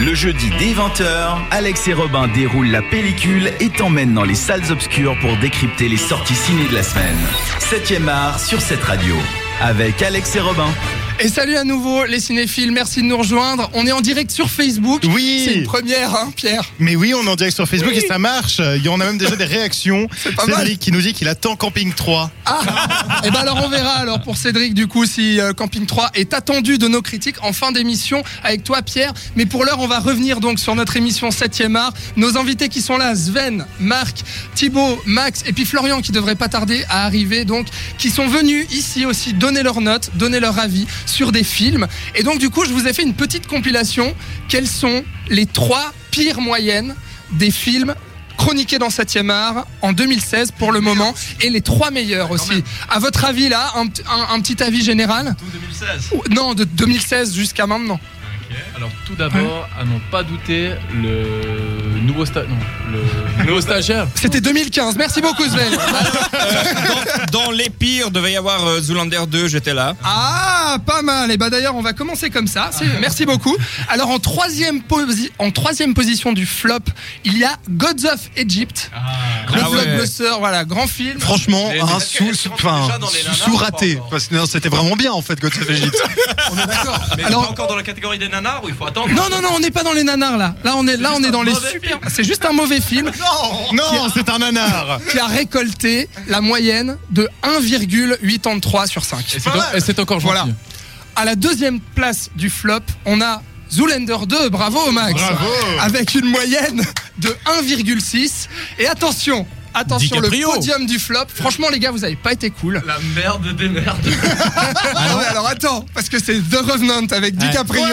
Le jeudi dès 20h, Alex et Robin déroulent la pellicule et t'emmènent dans les salles obscures pour décrypter les sorties ciné de la semaine. 7e art sur cette radio, avec Alex et Robin. Et salut à nouveau les cinéphiles, merci de nous rejoindre. On est en direct sur Facebook. Oui. C'est une première, hein, Pierre? Mais oui, on est en direct sur Facebook et ça marche. Il y en a même déjà des réactions. C'est pas Cédric mal. qui nous dit qu'il attend Camping 3. Ah. Et ben alors on verra alors pour Cédric du coup si Camping 3 est attendu de nos critiques en fin d'émission avec toi Pierre. Mais pour l'heure on va revenir donc sur notre émission 7e art. Nos invités qui sont là, Sven, Marc, Thibaut, Max et puis Florian qui devrait pas tarder à arriver donc, qui sont venus ici aussi donner leurs notes, donner leur avis sur des films. Et donc du coup je vous ai fait une petite compilation. Quelles sont les 3 pires moyennes des films chroniqués dans 7e art en 2016 pour le moment, et les 3 meilleurs aussi. À votre avis là, un petit avis général? Tout 2016. Non, de 2016 jusqu'à maintenant. Ok. Alors tout d'abord, à n'en pas douter, le nouveau stagiaire. C'était 2015. Merci beaucoup Sven. Dans les pires, devait y avoir Zoolander 2, j'étais là. Ah, pas mal. Et bah d'ailleurs, on va commencer comme ça. Merci beaucoup. Alors en troisième position du flop, il y a Gods of Egypt. Le blockbuster, voilà, grand film. Franchement, sous-raté. Encore. Parce que non, c'était vraiment bien en fait, God of Egypt. On est d'accord. Mais Alors, on est encore dans la catégorie des nanars où il faut attendre. non, on n'est pas dans les nanars là. Là, on est dans les mauvais super. film. C'est juste un mauvais film Non, c'est un nanar. qui a récolté la moyenne de 1,83 sur 5. Et c'est encore gentil. Voilà. À la deuxième place du flop, on a Zoolander 2, bravo Max. Bravo. Avec une moyenne de 1,6. Et attention, le DiCaprio. podium du flop. Franchement les gars, vous avez pas été cool. La merde des merdes. Ah ouais, alors attends, parce que c'est The Revenant avec DiCaprio.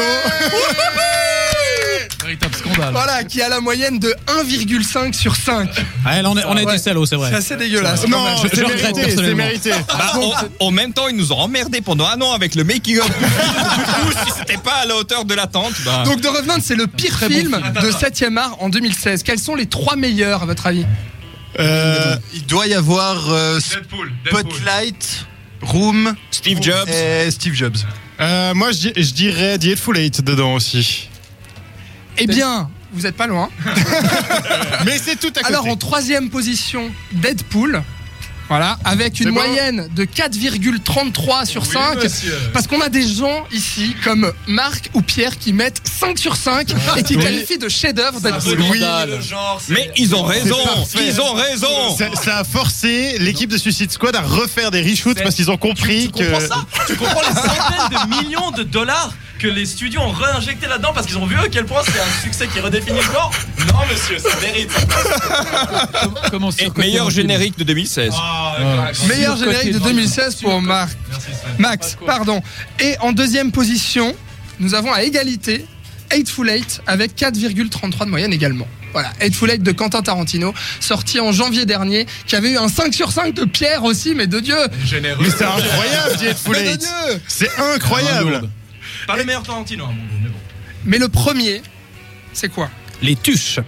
Véritable scandale. Voilà, qui a la moyenne de 1,5 sur 5. Ouais, là, on a été salaud, c'est vrai. C'est assez dégueulasse. Non, Je c'est le regrette mérité, c'est personnellement. mérité. En même temps, ils nous ont emmerdés pendant un an avec le making-of. Du coup, si c'était pas à la hauteur de l'attente, bah... Donc The Revenant, c'est le pire film de 7e art en 2016. Quels sont les 3 meilleurs à votre avis? Il doit y avoir Deadpool. Spotlight, Room Steve Jobs. et Steve Jobs. Moi, je dirais The Hateful Eight dedans aussi. Eh bien, vous êtes pas loin. Mais c'est tout à côté. Alors en 3e position, Deadpool. Voilà, avec une C'est bon. moyenne de 4,33 sur 5. monsieur. Parce qu'on a des gens ici, comme Marc ou Pierre, qui mettent 5 sur 5 et qui qualifient de chef-d'œuvre Deadpool. Oui. Le genre, c'est- Mais ils ont raison, parfait. ils ont raison. Ça a forcé l'équipe de Suicide Squad à refaire des reshoots parce qu'ils ont compris Tu comprends que... ça? Tu comprends les centaines de millions de dollars que les studios ont réinjecté là-dedans parce qu'ils ont vu à quel point c'est un succès qui redéfinit le genre? Non monsieur, ça mérite. Comment Et meilleur générique de 2016. Meilleur générique de 2016 pour Marc. Merci Sven. Max, pardon. Et en 2e position, nous avons à égalité Hateful Eight avec 4,33 de moyenne également. Voilà, Hateful Eight de Quentin Tarantino, sorti en janvier dernier, qui avait eu un 5 sur 5 de Pierre aussi, mais de Dieu. Généreux. Mais c'est incroyable, The Hateful Mais de Eight. Dieu. C'est incroyable. Pas le meilleur Tarantino, hein, mais bon. Mais le premier, c'est quoi? Les tuches.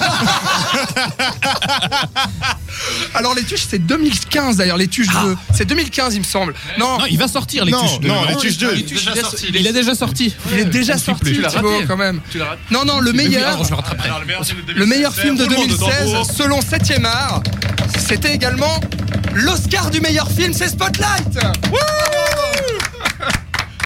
Alors les tuches, c'est 2015 d'ailleurs, les tuches 2. C'est 2015 il me semble. Non, Non, il va sortir les Non, tuches. non, les tuches 2. Il est déjà sorti. il est déjà sorti, Tu l'as Thibaut, raté. quand même. Tu l'as raté. Non, le meilleur... Je le rattraperai. Alors, Le meilleur film de roulement 2016, tambour. selon 7e art, c'était également l'Oscar du meilleur film, c'est Spotlight. Wouh.